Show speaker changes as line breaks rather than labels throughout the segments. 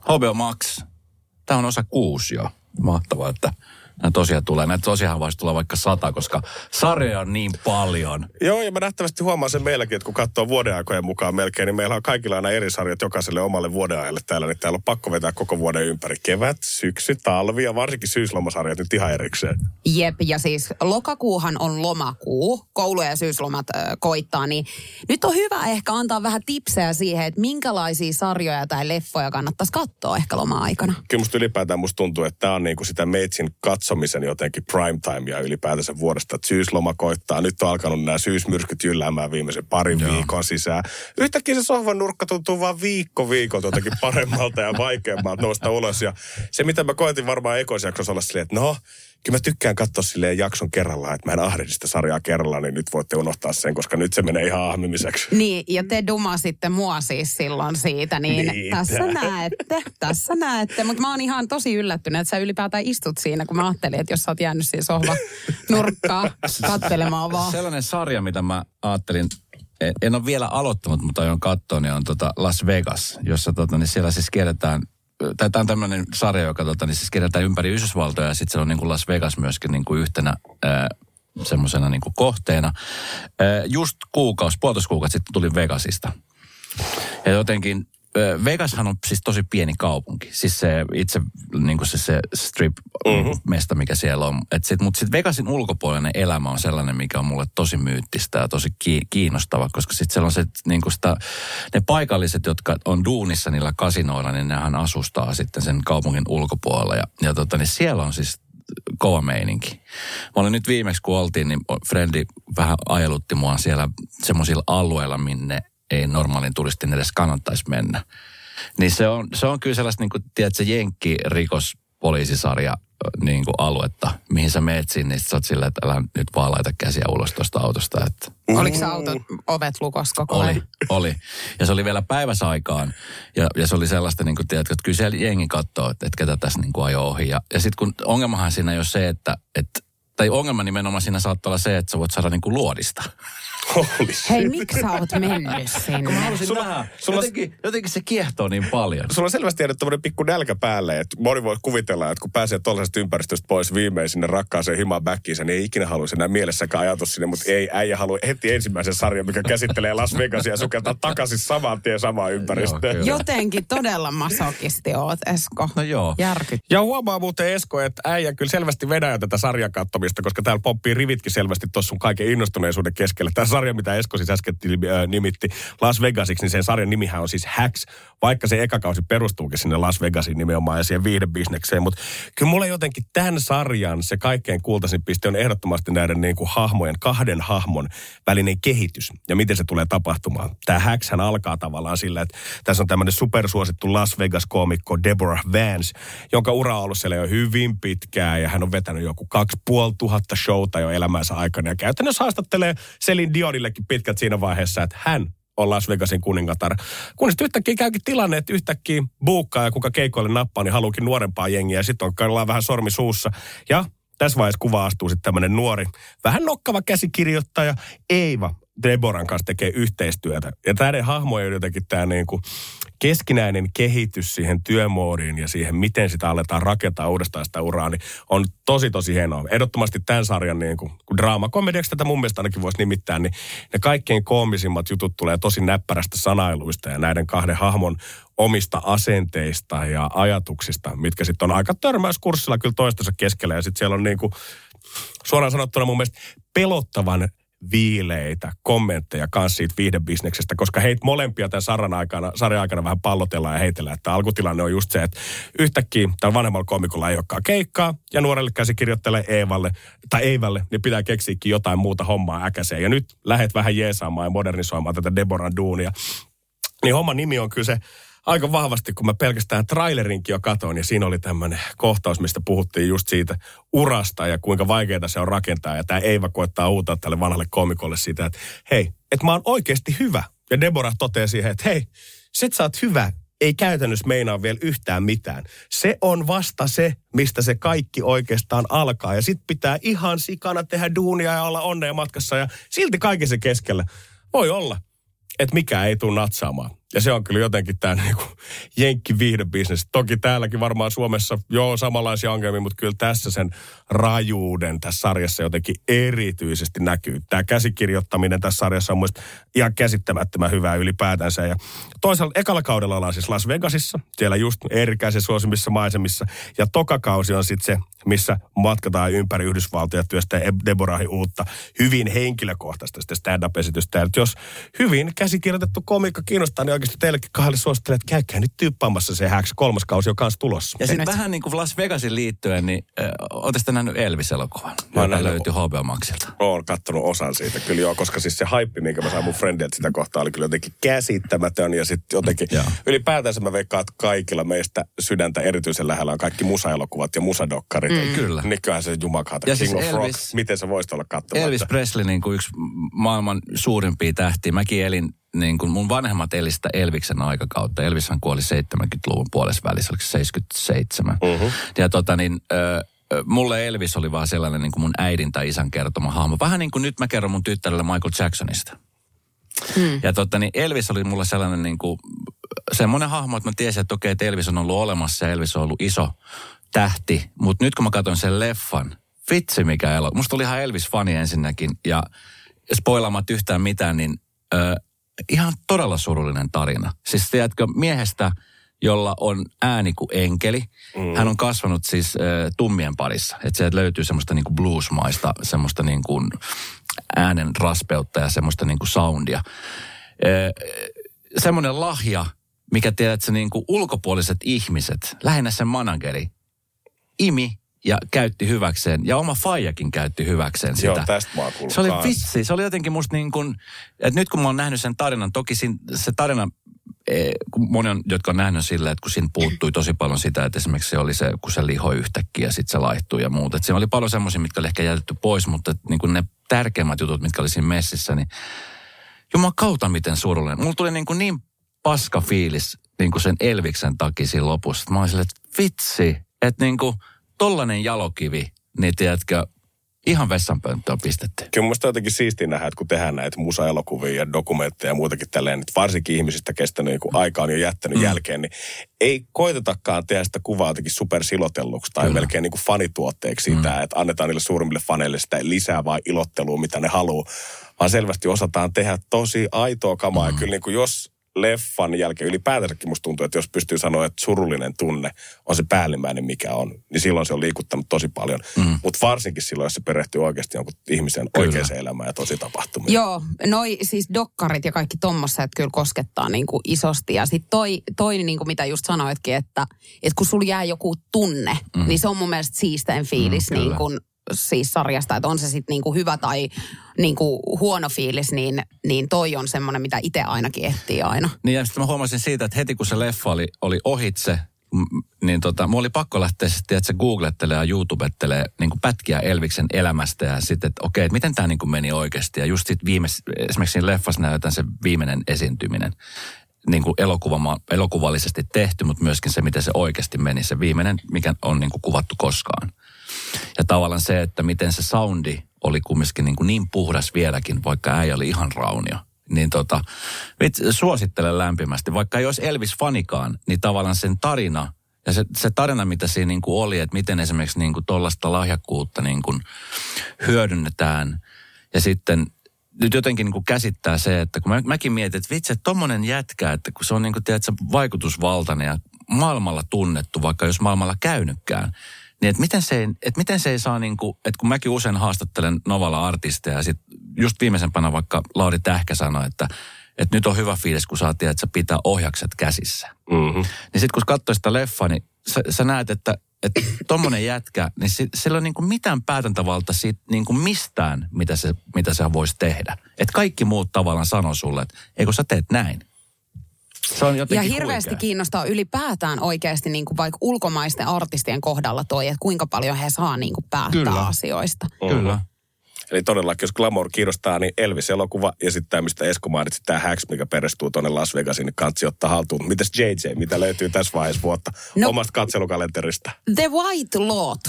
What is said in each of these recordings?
HBO Max. Tämä on osa 6 jo. Mahtavaa, että näitä tosiaan tulee. Näitä tosiaan voisi tulla vaikka 100, koska sarjoja on niin paljon.
Joo, ja mä nähtävästi huomaan sen meilläkin, että kun katsoo vuodenaikojen mukaan melkein, niin meillä on kaikilla aina eri sarjat jokaiselle omalle vuodenajalle täällä. Niin täällä on pakko vetää koko vuoden ympäri. Kevät, syksy, talvi ja varsinkin syyslomasarjat nyt ihan erikseen.
Jep, ja siis lokakuuhan on lomakuu. Koulu- ja syyslomat koittaa, niin nyt on hyvä ehkä antaa vähän tipsejä siihen, että minkälaisia sarjoja tai leffoja kannattaisi katsoa ehkä loma-aikana.
Kyllä musta tuntuu, että tämä on niinku sitä meitsin katsomisen jotenkin prime timea ylipäätänsä vuodesta. Että syysloma koittaa. Nyt on alkanut nämä syysmyrskyt jylläämään viimeisen parin viikon sisään. Yhtäkkiä se sohvan nurkka tuntuu vaan viikko jotenkin paremmalta ja vaikeammalta nousta ulos. Ja se, mitä mä koetin varmaan ekoisjaksossa olla silleen, että no, kyllä mä tykkään katsoa silleen jakson kerrallaan, että mä en ahdi sitä sarjaa kerrallaan, niin nyt voitte unohtaa sen, koska nyt se menee ihan ahmimiseksi.
Niin, ja te dumasitte mua siis silloin siitä, niin tässä näette. Mutta mä oon ihan tosi yllättynyt, että sä ylipäätään istut siinä, kun mä ajattelin, että jos sä oot jäänyt siinä sohva nurkkaa katselemaan vaan.
Sellainen sarja, mitä mä ajattelin, en ole vielä aloittanut, mutta aion katsoa, niin on Las Vegas, jossa niin siellä siis kierretään. Tämä on tämmöinen sarja, joka niin siis kierretään ympäri Yhdysvaltoja ja sitten se on niin kuin Las Vegas myöskin niin kuin yhtenä semmoisena niin kuin kohteena. Just puolitoista kuukautta sitten tulin Vegasista. Ja jotenkin Vegashan on siis tosi pieni kaupunki. Siis se itse niin kuin se strip-mesta, mikä siellä on. Mutta sitten Vegasin ulkopuolinen elämä on sellainen, mikä on mulle tosi myyttistä ja tosi kiinnostava. Koska sitten siellä on se, niin kuin ne paikalliset, jotka on duunissa niillä kasinoilla, niin nehän asustaa sitten sen kaupungin ulkopuolella. Ja niin siellä on siis kova meininki. Mä olin nyt viimeksi, kun oltiin, niin frendi vähän ajelutti mua siellä semmoisilla alueilla, minne ei normaalin turistin edes kannattaisi mennä. Niin se on kyllä sellaista, niin kuin, tiedätkö, jenkkirikospoliisisarja niin kuin aluetta, mihin sä meet sinne, niin sä oot silleen, että älä nyt vaan laita käsiä ulos tuosta autosta. Että.
Oliko se auton ovet lukossa koko ajan?
Oli. Ja se oli vielä päiväsaikaan. Ja se oli sellaista, niin kuin, tiedätkö, että kyllä siellä jengi katsoo, että ketä tässä niin kuin ajoi ohi. Ja sitten kun ongelmahan siinä ei ole se, tai ongelma nimenomaan siinä saattaa olla se, että sä voit saada niin kuin luodista.
Hei, miksi sä oot mennyt sinne?
Mä halusin nähdä. Jotenkin se kiehtoo niin paljon.
Sulla on selvästi jäänyt tommoinen pikku nälkä päälle, että moni voi kuvitella, että kun pääsee tollaisesta ympäristöstä pois viimein sinne rakkaaseen himaan backiinsa, niin ei ikinä haluaisi enää mielessäkään ajatus sinne, mutta ei, äijä halua heti ensimmäisen sarjan, mikä käsittelee Las Vegasia ja sukeltaa takaisin saman tien samaan ympäristöön.
Jotenkin todella masokisti oot, Esko.
No joo.
Järkyt.
Ja huomaa muuten, Esko, että äijä kyllä selvästi vedää tätä sarjan katsomista, koska täällä pomppii rivitkin selvästi tuossa sun kaiken innostuneisuuden keskellä. Tämä sarja, mitä Esko siis äsken nimitti Las Vegasiksi, niin sen sarjan nimihän on siis Hacks, vaikka se eka kausi perustuukin sinne Las Vegasiin nimenomaan ja siihen viihdebisnekseen. Mutta kyllä mulle jotenkin tämän sarjan se kaikkein kultaisin piste on ehdottomasti näiden niin kuin kahden hahmon välinen kehitys ja miten se tulee tapahtumaan. Tämä Hacks-hän alkaa tavallaan sillä, että tässä on tämmöinen supersuosittu Las Vegas-koomikko Deborah Vance, jonka ura on ollut siellä jo hyvin pitkään ja hän on vetänyt joku 2500 showta jo elämänsä aikana ja käytännössä haastattelee Celine Dionillekin pitkät siinä vaiheessa, että hän on Las Vegasin kuningatar. Kun sitten yhtäkkiä käykin tilanne, että yhtäkkiä buukkaa ja kuka keikoille nappaa, niin haluukin nuorempaa jengiä ja sitten on vähän sormi suussa. Ja tässä vaiheessa kuva astuu sitten tämmöinen nuori, vähän nokkava käsikirjoittaja Eeva Deboran kanssa tekee yhteistyötä. Ja täiden hahmojen jotenkin tämä niinku keskinäinen kehitys siihen työmoodiin ja siihen, miten sitä aletaan rakentaa uudestaan sitä uraa, niin on tosi hienoa. Ehdottomasti tämän sarjan, niin kun draamakomediaksi tätä mun mielestä ainakin voisi nimittää, niin ne kaikkein koomisimmat jutut tulee tosi näppärästä sanailuista ja näiden kahden hahmon omista asenteista ja ajatuksista, mitkä sitten on aika törmäyskurssilla kyllä toistensa keskellä. Ja sitten siellä on niin kuin, suoraan sanottuna mun mielestä pelottavan viileitä kommentteja kanssa siitä viihdebisneksestä, koska heitä molempia tämän sarjan aikana vähän pallotellaan ja heitellään. Että alkutilanne on just se, että yhtäkkiä tällä vanhemmalla koomikolla ei olekaan keikkaa ja nuorelle käsikirjoittajalle Eivälle, niin pitää keksiäkin jotain muuta hommaa äkäseen. Ja nyt lähdet vähän jeesaamaan ja modernisoimaan tätä Deboran duunia. Niin homman nimi on kyllä se aika vahvasti, kun mä pelkästään trailerinkin jo katoin, ja siinä oli tämmöinen kohtaus, mistä puhuttiin just siitä urasta ja kuinka vaikeaa se on rakentaa. Ja tämä Eeva koettaa huutaa tälle vanhalle koomikolle siitä, että hei, että mä oon oikeasti hyvä. Ja Deborah toteaa siihen, että hei, se, että sä oot hyvä, ei käytännössä meinaa vielä yhtään mitään. Se on vasta se, mistä se kaikki oikeastaan alkaa. Ja sit pitää ihan sikana tehdä duunia ja olla onnea matkassa. Ja silti kaiken se keskellä voi olla, että mikään ei tule natsaamaan. Ja se on kyllä jotenkin tämä niinku jenkki-viihdebisnes. Toki täälläkin varmaan Suomessa samanlaisia ongelmia, mutta kyllä tässä sen rajuuden tässä sarjassa jotenkin erityisesti näkyy. Tämä käsikirjoittaminen tässä sarjassa on mielestäni ihan käsittämättömän hyvää ylipäätänsä. Ja toisaalta ekalla kaudella ollaan siis Las Vegasissa, siellä just erikäisen suosimissa maisemissa. Ja toka kausi on sitten se, missä matkataan ympäri Yhdysvaltoja työstää Deborahin uutta, hyvin henkilökohtaista stand-up-esitystä. Ja jos hyvin käsikirjoitettu komiikka kiinnostaa, niin oikeasti teillekin kahdelle suosittelen, että käykää nyt tyyppaamassa se Hacks 3. kausi, joka on tulossa.
Ja sitten vähän niin kuin Las Vegasin liittyen, niin ootte sitten nähnyt Elvis-elokuvan, joka löytyi HBO Maxilta?
Olen kattonut osan siitä, kyllä joo, koska siis se haippi, minkä mä sain mun friendiltä sitä kohtaa, oli kyllä jotenkin käsittämätön. Ja sitten jotenkin ylipäätänsä mä veikkaan, että kaikilla meistä sydäntä erityisen lähellä on kaikki musaelokuvat ja musadokkarit.
Kyllä.
Niinköhän se jumakaata.
Ja
King
siis
of Rock, miten sä voisit olla katsomatta?
Elvis Presley niin kuin yksi maailman suurimpia tähtiä. Mäkin elin, niin kuin mun vanhemmat eli sitä Elviksen aikakautta. Elvishan kuoli 70-luvun puolessa välissä, oliko se 77. Ja mulle Elvis oli vaan sellainen niin kuin mun äidin tai isän kertoma hahmo. Vähän niin kuin nyt mä kerron mun tyttärelle Michael Jacksonista. Ja Elvis oli mulle sellainen niin kuin, semmoinen hahmo, että mä tiesin, että okei, että Elvis on ollut olemassa ja Elvis on ollut iso tähti. Mutta nyt kun mä katson sen leffan, vitsi mikä elo. Musta oli ihan Elvis-fani ensinnäkin ja spoilaamatta yhtään mitään, niin ihan todella surullinen tarina. Siis tiedätkö, miehestä, jolla on ääni kuin enkeli. Hän on kasvanut siis tummien parissa. Että sieltä löytyy semmoista niinku bluesmaista, semmoista niinku äänen raspeutta ja semmoista niinku soundia. Semmoinen lahja, mikä tiedätkö niinku ulkopuoliset ihmiset, lähinnä sen manageri, imi ja käytti hyväkseen. Ja oma faijakin käytti hyväkseen sitä.
Joo, tästä mä oon kuullut.
Se oli vitsi. Se oli jotenkin musta niin kuin, että nyt kun mä oon nähnyt sen tarinan, toki se tarina, moni on, jotka on nähnyt sillä, että kun siinä puuttui tosi paljon sitä, että esimerkiksi se oli se, kun se lihoi yhtäkkiä ja sitten se laihtui ja muuta. Että siinä oli paljon semmoisia, mitkä oli ehkä jätetty pois, mutta niin kuin ne tärkeimmät jutut, mitkä oli siinä messissä, niin jumakauta miten surullinen. Mulla tuli niin paska fiilis niin kuin sen Elviksen takia siinä lopussa. Mä olin silleen, että vitsi, että niin kuin tollainen jalokivi, niin tiedätkö, ihan vessanpönttöön pistetty.
Kyllä mun mielestä jotenkin siistiä nähdä, että kun tehdään näitä musaelokuvia ja dokumentteja ja muutakin tälleen, että varsinkin ihmisistä kestänyt niin aika on jo jättänyt jälkeen, niin ei koitetakaan tehdä sitä kuvaa jotenkin supersilotelluksi tai melkein niin kuin fanituotteeksi siitä, että annetaan niille suurimmille faneille sitä lisää vai ilottelua, mitä ne haluaa, vaan selvästi osataan tehdä tosi aitoa kamaa. Ja kyllä niin kuin jos leffan jälkeen ylipäätänsäkin musta tuntuu, että jos pystyy sanoa, että surullinen tunne on se päällimmäinen mikä on, niin silloin se on liikuttanut tosi paljon. Mutta varsinkin silloin, jos se perehtyy oikeasti jonkun ihmisen oikeaan elämään ja tosi tapahtumiin.
Joo, noi siis dokkarit ja kaikki tommoset kyllä koskettaa niinku isosti. Ja sitten toi niinku mitä just sanoitkin, että kun sulla jää joku tunne, niin se on mun mielestä siistein fiilis niin kuin siis sarjasta, että on se sitten niinku hyvä tai niinku huono fiilis, niin toi on semmoinen, mitä itse ainakin etsii aina.
Niin ja sitten mä huomasin siitä, että heti kun se leffa oli ohitse, niin mulla oli pakko lähteä sitten, että se googlettelee ja YouTubettelee niin kuin pätkiä Elviksen elämästä ja sitten, että okei, että miten tämä niin kuin meni oikeasti. Ja just sitten esimerkiksi siinä leffassa näytetään se viimeinen esiintyminen, niin kuin elokuvallisesti tehty, mutta myöskin se, miten se oikeasti meni. Se viimeinen, mikä on niin kuin kuvattu koskaan. Ja tavallaan se, että miten se soundi oli kumminkin niin puhdas vieläkin, vaikka äijä oli ihan raunio. Niin suosittelen lämpimästi. Vaikka ei olisi Elvis-fanikaan, niin tavallaan sen tarina, ja se tarina, mitä siinä niin kuin oli, että miten esimerkiksi niin kuin tollaista lahjakkuutta niin kuin hyödynnetään. Ja sitten nyt jotenkin niin kuin käsittää se, että kun mäkin mietin, että vitsi, että tommonen jätkä, että kun se on niin kuin, tiedätkö, vaikutusvaltainen ja maailmalla tunnettu, vaikka jos maailmalla käynytkään, niin että miten se ei saa niin kuin, että kun mäkin usein haastattelen Novalla-artisteja ja sitten just viimeisempänä vaikka Lauri Tähkä sanoi, että nyt on hyvä fiilis, kun saa tiedä, että sä pitää ohjakset käsissä. Niin sitten kun katsoo sitä leffaa, niin sä näet, että tommonen jätkä, niin sillä on niin kuin mitään päätäntävalta siitä niin kuin mistään, mitä se voisi tehdä. Että kaikki muut tavallaan sanoo sulle, että eikö sä teet näin. Se on jotenkin
ja hirveästi kiinnostaa ylipäätään oikeasti niin kuin vaikka ulkomaisten artistien kohdalla toi, että kuinka paljon he saa niin kuin päättää asioista.
Kyllä.
Eli todellakin, jos glamour kiinnostaa, niin Elvis-elokuva ja sitten tämä, mistä Esko mainitsi, tämä Hacks, mikä perustuu tuonne Las Vegasiin, niin kansi ottaa haltuun. Mites JJ, mitä löytyy tässä vaiheessa vuotta omasta katselukalenterista?
The White Lotus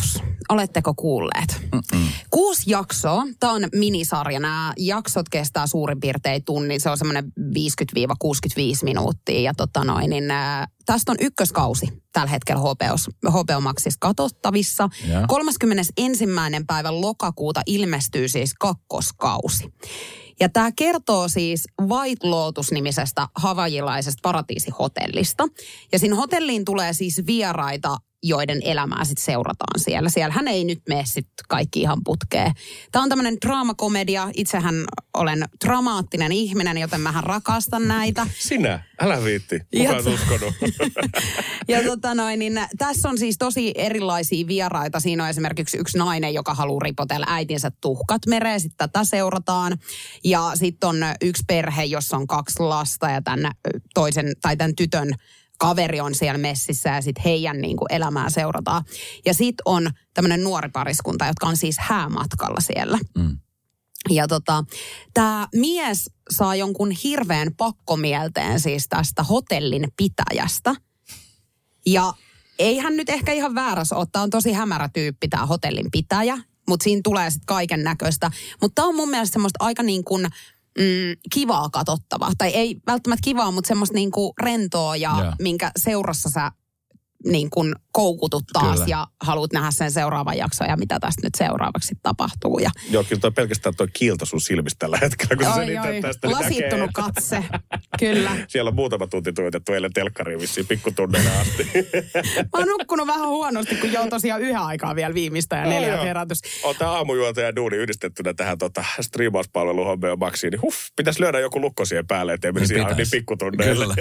Oletteko kuulleet? 6 jaksoa. Tämä on minisarja. Nämä jaksot kestää suurin piirtein tunnin. Se on semmoinen 50-65 minuuttia. Ja tästä on ykköskausi tällä hetkellä HBO Maxissa katsottavissa. 31. päivä lokakuuta ilmestyy siis kakkoskausi. Ja tämä kertoo siis White Lotus-nimisestä havajilaisesta paratiisihotellista. Ja siinä hotelliin tulee siis vieraita, joiden elämää sitten seurataan siellä. Siellähän ei nyt mene sitten kaikki ihan putkeen. Tämä on tämmöinen draamakomedia. Itsehän olen dramaattinen ihminen, joten mähän rakastan näitä.
Sinä? Älä viitti. Kuka on uskonut?
Ja tässä on siis tosi erilaisia vieraita. Siinä on esimerkiksi yksi nainen, joka haluaa ripotella äitinsä tuhkat mereen. Sitten tätä seurataan. Ja sitten on yksi perhe, jossa on 2 lasta ja tämän tytön kaveri on siellä messissä ja sitten heidän niin kuin elämää seurataan. Ja sitten on tämmöinen nuori pariskunta, jotka on siis häämatkalla siellä. Ja tämä mies saa jonkun hirveän pakkomielteen siis tästä hotellin pitäjästä. Ja ei hän nyt ehkä ihan väärässä ole. Tämä on tosi hämärä tyyppi tämä hotellin pitäjä, mutta siinä tulee sitten kaiken näköistä. Mutta tämä on mun mielestä semmoista aika niin kuin kivaa katsottavaa. Tai ei välttämättä kivaa, mutta semmoista niinku rentoa ja minkä seurassa sä niin kuin koukutut taas. Kyllä. Ja haluat nähdä sen seuraavan jakson ja mitä tästä nyt seuraavaksi tapahtuu. Ja
joo, kyllä toi pelkästään toi kiilto sun silmistä tällä hetkellä, kun sä niitä tästä
lasittunut katse, kyllä.
Siellä on muutama tunti tuotettu eilen telkkariin vissiin pikkutunneille asti.
Mä oon nukkunut vähän huonosti, kun joo tosiaan yhden aikaa vielä viimeistä ja 4 herätys.
On tää aamujuonto ja duuni yhdistettynä tähän striimauspalveluun HBO Maxiin, niin pitäisi lyödä joku lukko siihen päälle, ettei menisi ihan niin pikkutunneille.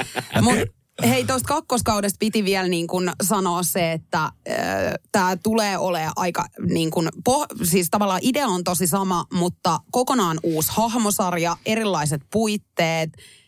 Hei, tuosta kakkoskaudesta piti vielä niin kuin sanoa se, että tämä tulee olemaan aika niin kuin, siis tavallaan idea on tosi sama, mutta kokonaan uusi hahmosarja, erilaiset puitteet.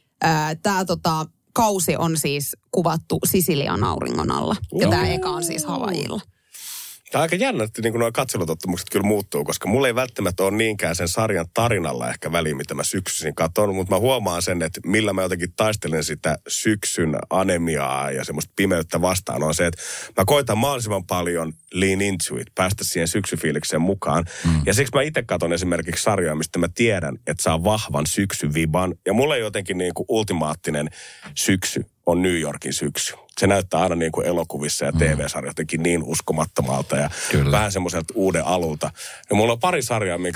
Tämä kausi on siis kuvattu Sisilian auringon alla ja tämä eka on siis Havaijilla.
Tämä on aika jännä, että niin nuo katselutottumukset kyllä muuttuu, koska mulla ei välttämättä ole niinkään sen sarjan tarinalla ehkä väliin, mitä mä syksyisin katon, mutta mä huomaan sen, että millä mä jotenkin taistelen sitä syksyn anemiaa ja semmoista pimeyttä vastaan on se, että mä koitan mahdollisimman paljon lean into it, päästä siihen syksyfiilikseen mukaan. Ja siksi mä itse katon esimerkiksi sarjaa, mistä mä tiedän, että saa vahvan syksyviban. Ja mulla ei jotenkin niin kuin ultimaattinen syksy on New Yorkin syksy. Se näyttää aina niin kuin elokuvissa ja TV-sarja jotenkin niin uskomattomalta ja vähän semmoiselta uuden alulta. Ja mulla on pari sarjaa, minkä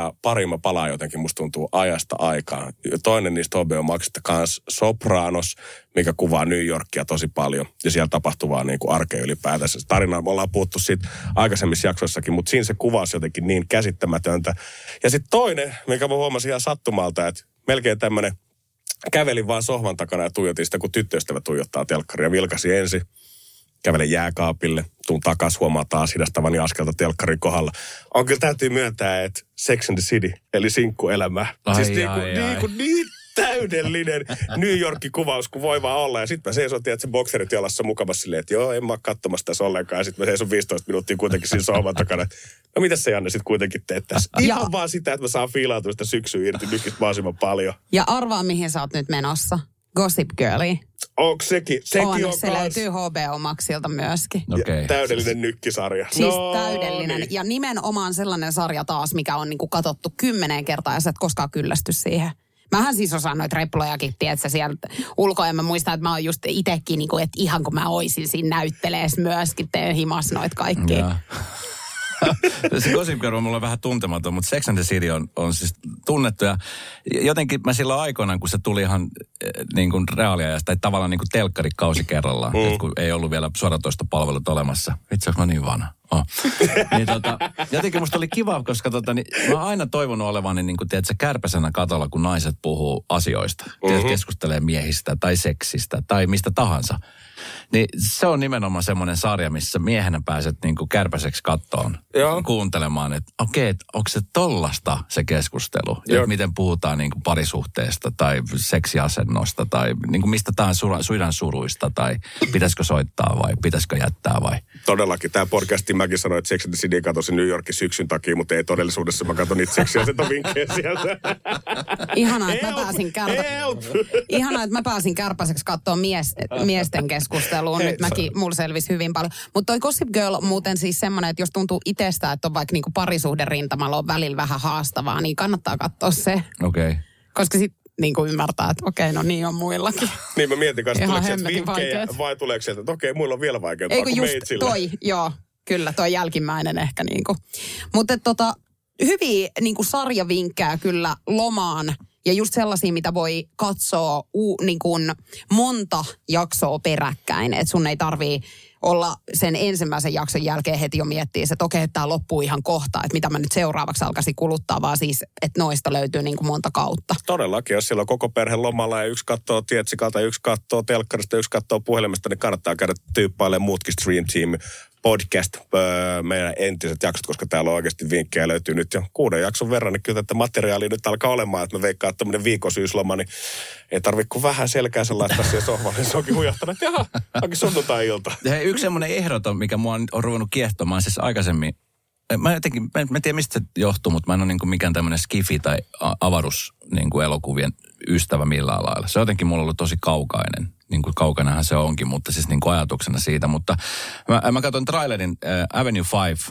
mä palaa jotenkin, musta tuntuu ajasta aikaan. Toinen niistä HBO Maxista kanssa Sopranos, mikä kuvaa New Yorkia tosi paljon. Ja siellä tapahtuvaa niin kuin arkea ylipäätänsä. Tarinaa me ollaan puhuttu siitä aikaisemmissa jaksoissakin, mutta siinä se kuvasi jotenkin niin käsittämätöntä. Ja sitten toinen, mikä mä huomasin ihan sattumalta, että melkein tämmöinen kävelin vaan sohvan takana ja tuijotin sitä, kun tyttöystävä tuijottaa telkkaria. Vilkasi ensin, kävelen jääkaapille, tuun takas, huomaa taas hidastavani askelta telkkarin kohdalla. On kyllä täytyy myöntää, että Sex and the City, eli sinkkuelämä. Siis niin täydellinen New Yorkin kuvaus, kun voi vaan olla. Ja sitten mä seison, että se bokserit jalassa mukavassa silleen, että joo, en mä ole katsomassa tässä ollenkaan. Ja sitten mä seison 15 minuuttia kuitenkin siinä sohvan takana. No mitäs sä, Janne, sitten kuitenkin teet tässä? Ihan vaan sitä, että mä saan fiilautua sitä syksyä irti nykistä mahdollisimman paljon.
Ja arvaa, mihin sä oot nyt menossa. Gossip Girlie.
Onko sekin?
On, se löytyy HBO Maxilta myöskin.
Okay.
Täydellinen nykkisarja.
Siis täydellinen. Niin. Ja nimenomaan sellainen sarja taas, mikä on niinku katsottu 10 kertaa ja sä et koskaan kyllästy siihen. Mähän siis osaan noita replojakin, tiedätkö, sieltä ulkoa. Ja mä muistan, että mä oon just itekin, niin kuin, että ihan kun mä oisin siinä näyttelees myöskin, teen himas noita kaikkia.
Se Gossip Girl on mulle vähän tuntematon, mutta Sex and the City on siis tunnettu. Ja jotenkin mä silloin aikoinaan, kun se tuli ihan niin kuin reaaliajasta, tai tavallaan niin kuin telkkarikausi kerrallaan, kun ei ollut vielä suoratoistopalvelut olemassa. Itse asiassa mä niin vanha. Niin jotenkin musta oli kiva, koska mä oon aina toivonut olevani niin kuin, tiedätkö, kärpäsenä katolla, kun naiset puhuu asioista. Keskustelee miehistä tai seksistä tai mistä tahansa. Niin se on nimenomaan semmoinen sarja, missä miehenä pääset niin kuin kärpäiseksi kattoon kuuntelemaan, että okei, että onko se tollasta se keskustelu. Ja miten puhutaan niin kuin parisuhteesta tai seksiasennosta tai niin kuin mistä tahansa sydänsuruista tai pitäisikö soittaa vai pitäisikö jättää vai.
Todellakin. Tämä podcasti mäkin sanoin, että Sex and the City katosin New Yorkin syksyn takia, mutta ei todellisuudessa. Mä katson niitä seksiasentovinkkejä sieltä.
Ihanaa, että mä pääsin kärpäseksi katsoa miesten keskustelua. keskusteluun. Nyt mulla selvisi hyvin paljon. Mutta toi Gossip Girl muuten siis semmoinen, että jos tuntuu itsestä, että on vaikka niinku parisuhderintamalla on välillä vähän haastavaa, niin kannattaa katsoa se.
Okei. Okay.
Koska sit niinku ymmärtää, että okei, no niin on muillakin.
Niin mä mietin kanssa, tuleeko sieltä vinkkejä vai tuleeko sieltä, että okei, muilla on vielä vaikeampaa kuin meitsillä.
Toi, joo, kyllä, toi jälkimmäinen ehkä niinku. Mutta hyviä niinku sarjavinkkejä kyllä lomaan. Ja just sellaisia, mitä voi katsoa niin kuin monta jaksoa peräkkäin. Että sun ei tarvii olla sen ensimmäisen jakson jälkeen heti jo miettiä, että okei, tämä loppuu ihan kohta. Että mitä mä nyt seuraavaksi alkaisin kuluttaa, vaan siis, että noista löytyy niin kuin monta kautta.
Todellakin, jos siellä on koko perhe lomalla ja yksi katsoo Tietsikalta, yksi katsoo telkkarista, yksi katsoo puhelimesta, niin kannattaa käydä tyyppailemaan muutkin Stream Team podcast meidän entiset jaksot, koska täällä on oikeasti vinkkejä löytyy nyt jo 6 jakson verran, niin kyllä tätä materiaalia nyt alkaa olemaan, että mä veikkaan, että tämmöinen viikosyysloma, niin ei tarvitse kuin vähän selkää sellaista siihen sohvalle, niin se onkin hujahtanut, että jaha, onkin sunnuntai-ilta.
Hei, yksi semmoinen ehdoton, mikä mua on ruvennut kiehtomaan siis aikaisemmin, mä en tiedä mistä se johtuu, mutta mä en ole niin mikään tämmöinen skifi tai avaruus niin elokuvien ystävä millään lailla. Se on jotenkin mulla ollut tosi kaukainen. Niin kuin kaukanahan se onkin, mutta siis niin kuin ajatuksena siitä. Mutta mä katson trailerin Avenue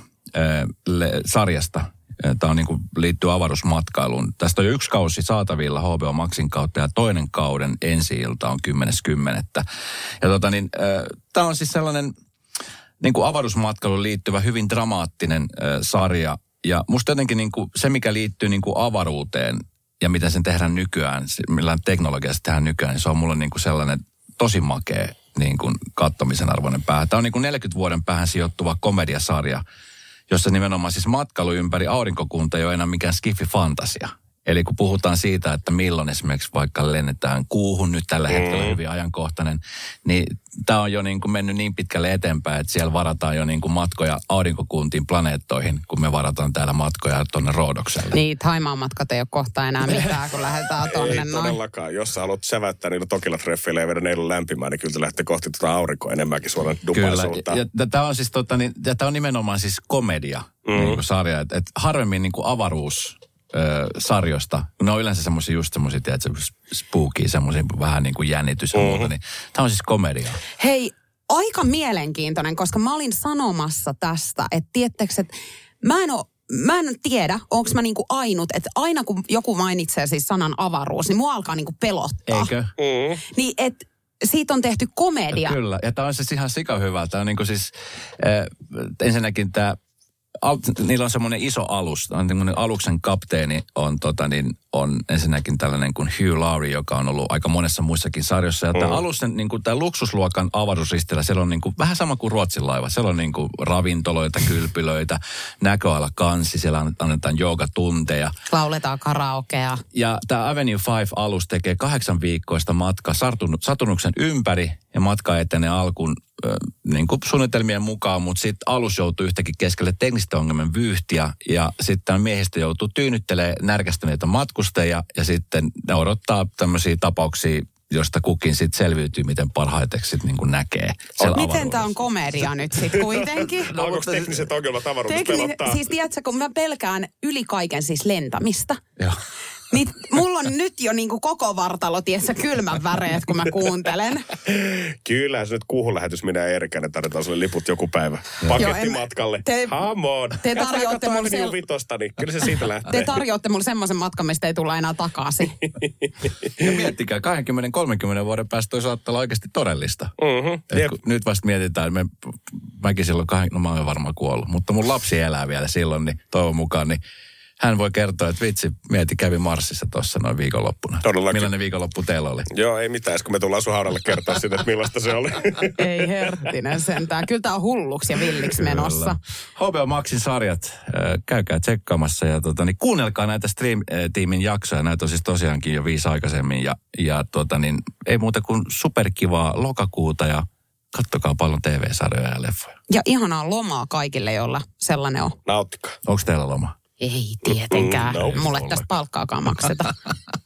5-sarjasta. Tämä on niin kuin liittyy avaruusmatkailuun. Tästä on jo 1 kausi saatavilla HBO Maxin kautta ja toinen kauden ensi-ilta on 10.10. Ja tämä on siis sellainen niin kuin avaruusmatkailuun liittyvä hyvin dramaattinen sarja. Ja musta jotenkin niin kuin se, mikä liittyy niin kuin avaruuteen ja miten sen tehdään nykyään, millään teknologiaa se tehdään nykyään, niin se on mulle niin kuin sellainen tosi makea niin kuin katsomisen arvoinen päähän. Tämä on niin kuin 40 vuoden päähän sijoittuva komediasarja, jossa nimenomaan siis matkailu ympäri aurinkokunta ei ole enää mikään skifi-fantasia. Eli kun puhutaan siitä, että milloin esimerkiksi vaikka lennetään kuuhun, nyt tällä hetkellä hyvin ajankohtainen, niin tämä on jo niin kuin mennyt niin pitkälle eteenpäin, että siellä varataan jo niin kuin matkoja aurinkokuntiin, planeettoihin, kun me varataan täällä matkoja tuonne Roodokselle.
Niin, Thaimaan matkat ei ole kohta enää mitään, kun lähdetään tonne noin.
Ei todellakaan. Jos sä haluat sävättää niillä Tokila-treffeillä ja vedä neillä lämpimään, niin kyllä te lähtee kohti tuota aurinkoa enemmänkin suoraan Dubain suuntaan.
Ja tämä on siis tämä on nimenomaan siis komedia niin kuin sarja, että harvemmin niin kuin sarjosta. Ne on yleensä semmoisia tiedätkö, spookia, semmoisia vähän niin kuin jännitys ja muuta, niin tämä on siis komedia.
Hei, aika mielenkiintoinen, koska mä olin sanomassa tästä, että tiedättekö, että mä en tiedä, onko mä niinku ainut, että aina kun joku mainitsee siis sanan avaruus, niin mua alkaa niinku pelottaa.
Eikö?
Niin, että siitä on tehty komedia.
Ja kyllä, ja tämä on siis ihan sikahyvää. Tämä on niinku siis, ensinnäkin tämä, niillä on semmoinen iso alus. Aluksen kapteeni on ensinnäkin tällainen kuin Hugh Laurie, joka on ollut aika monessa muissakin sarjoissa. Ja tämä aluksen, tämä luksusluokan avaruusristillä, siellä on vähän sama kuin Ruotsin laiva. Siellä on ravintoloita, kylpylöitä, näköalakanssi, siellä annetaan joogatunteja.
Lauletaan karaokea.
Ja tämä Avenue 5-alus tekee 8-viikkoista matkaa Saturnuksen ympäri ja matka etenee alkuun suunnitelmien mukaan, mutta sitten alus joutuu yhtäkkiä keskelle teknistä ongelmien vyyhtiä ja sitten miehistö joutuu tyynnyttelemään närkästyneitä matkustajia ja sitten ne odottaa tämmöisiä tapauksia, josta kukin sitten selviytyy, miten parhaiteksi sitten niin kuin näkee.
Miten tämä on komedia nyt sitten kuitenkin?
No, onko tekniset ongelmat avaruudessa pelottaa?
Siis tiedätkö, kun mä pelkään yli kaiken siis lentämistä.
Joo.
Niin mulla on nyt jo niinku koko vartalo tiessä kylmän väreet, kun mä kuuntelen.
Kyllä, se nyt kuuhun lähetys minä ja Erika, ne tarjotaan sulle liput joku päivä. Pakettimatkalle. Come on.
Te tarjoatte mulle
vitosta, niin kyllä se siitä lähtee.
Te tarjoatte mulle semmoisen matkan, mistä ei tulla enää takaisin.
Ja miettikää, 20-30 vuoden päästä toi saattaa olla oikeasti todellista. Nyt vasta mietitään, mäkin silloin, mä olen varmaan kuollut, mutta mun lapsi elää vielä silloin, niin toivon mukaan, niin hän voi kertoa, että vitsi, kävi Marsissa tuossa noin viikonloppuna. Todellakin. Millainen viikonloppu teillä oli?
Joo, ei mitään, kun me tullaan sun haudalle kertoa sitä, että millaista se oli.
Ei herttinen sentään. Kyllä tää on hulluksi ja villiksi menossa.
HBO Maxin sarjat, käykää tsekkaamassa ja kuunnelkaa näitä Stream-tiimin jaksoja. Näitä on siis tosiaankin jo 5 aikaisemmin ja ei muuta kuin superkivaa lokakuuta ja kattokaa paljon TV-sarjoja ja leffoja.
Ja ihanaa lomaa kaikille, jolla sellainen on.
Nauttikaa.
Onko teillä loma?
Ei tietenkään. Mulle tästä palkkaakaan makseta.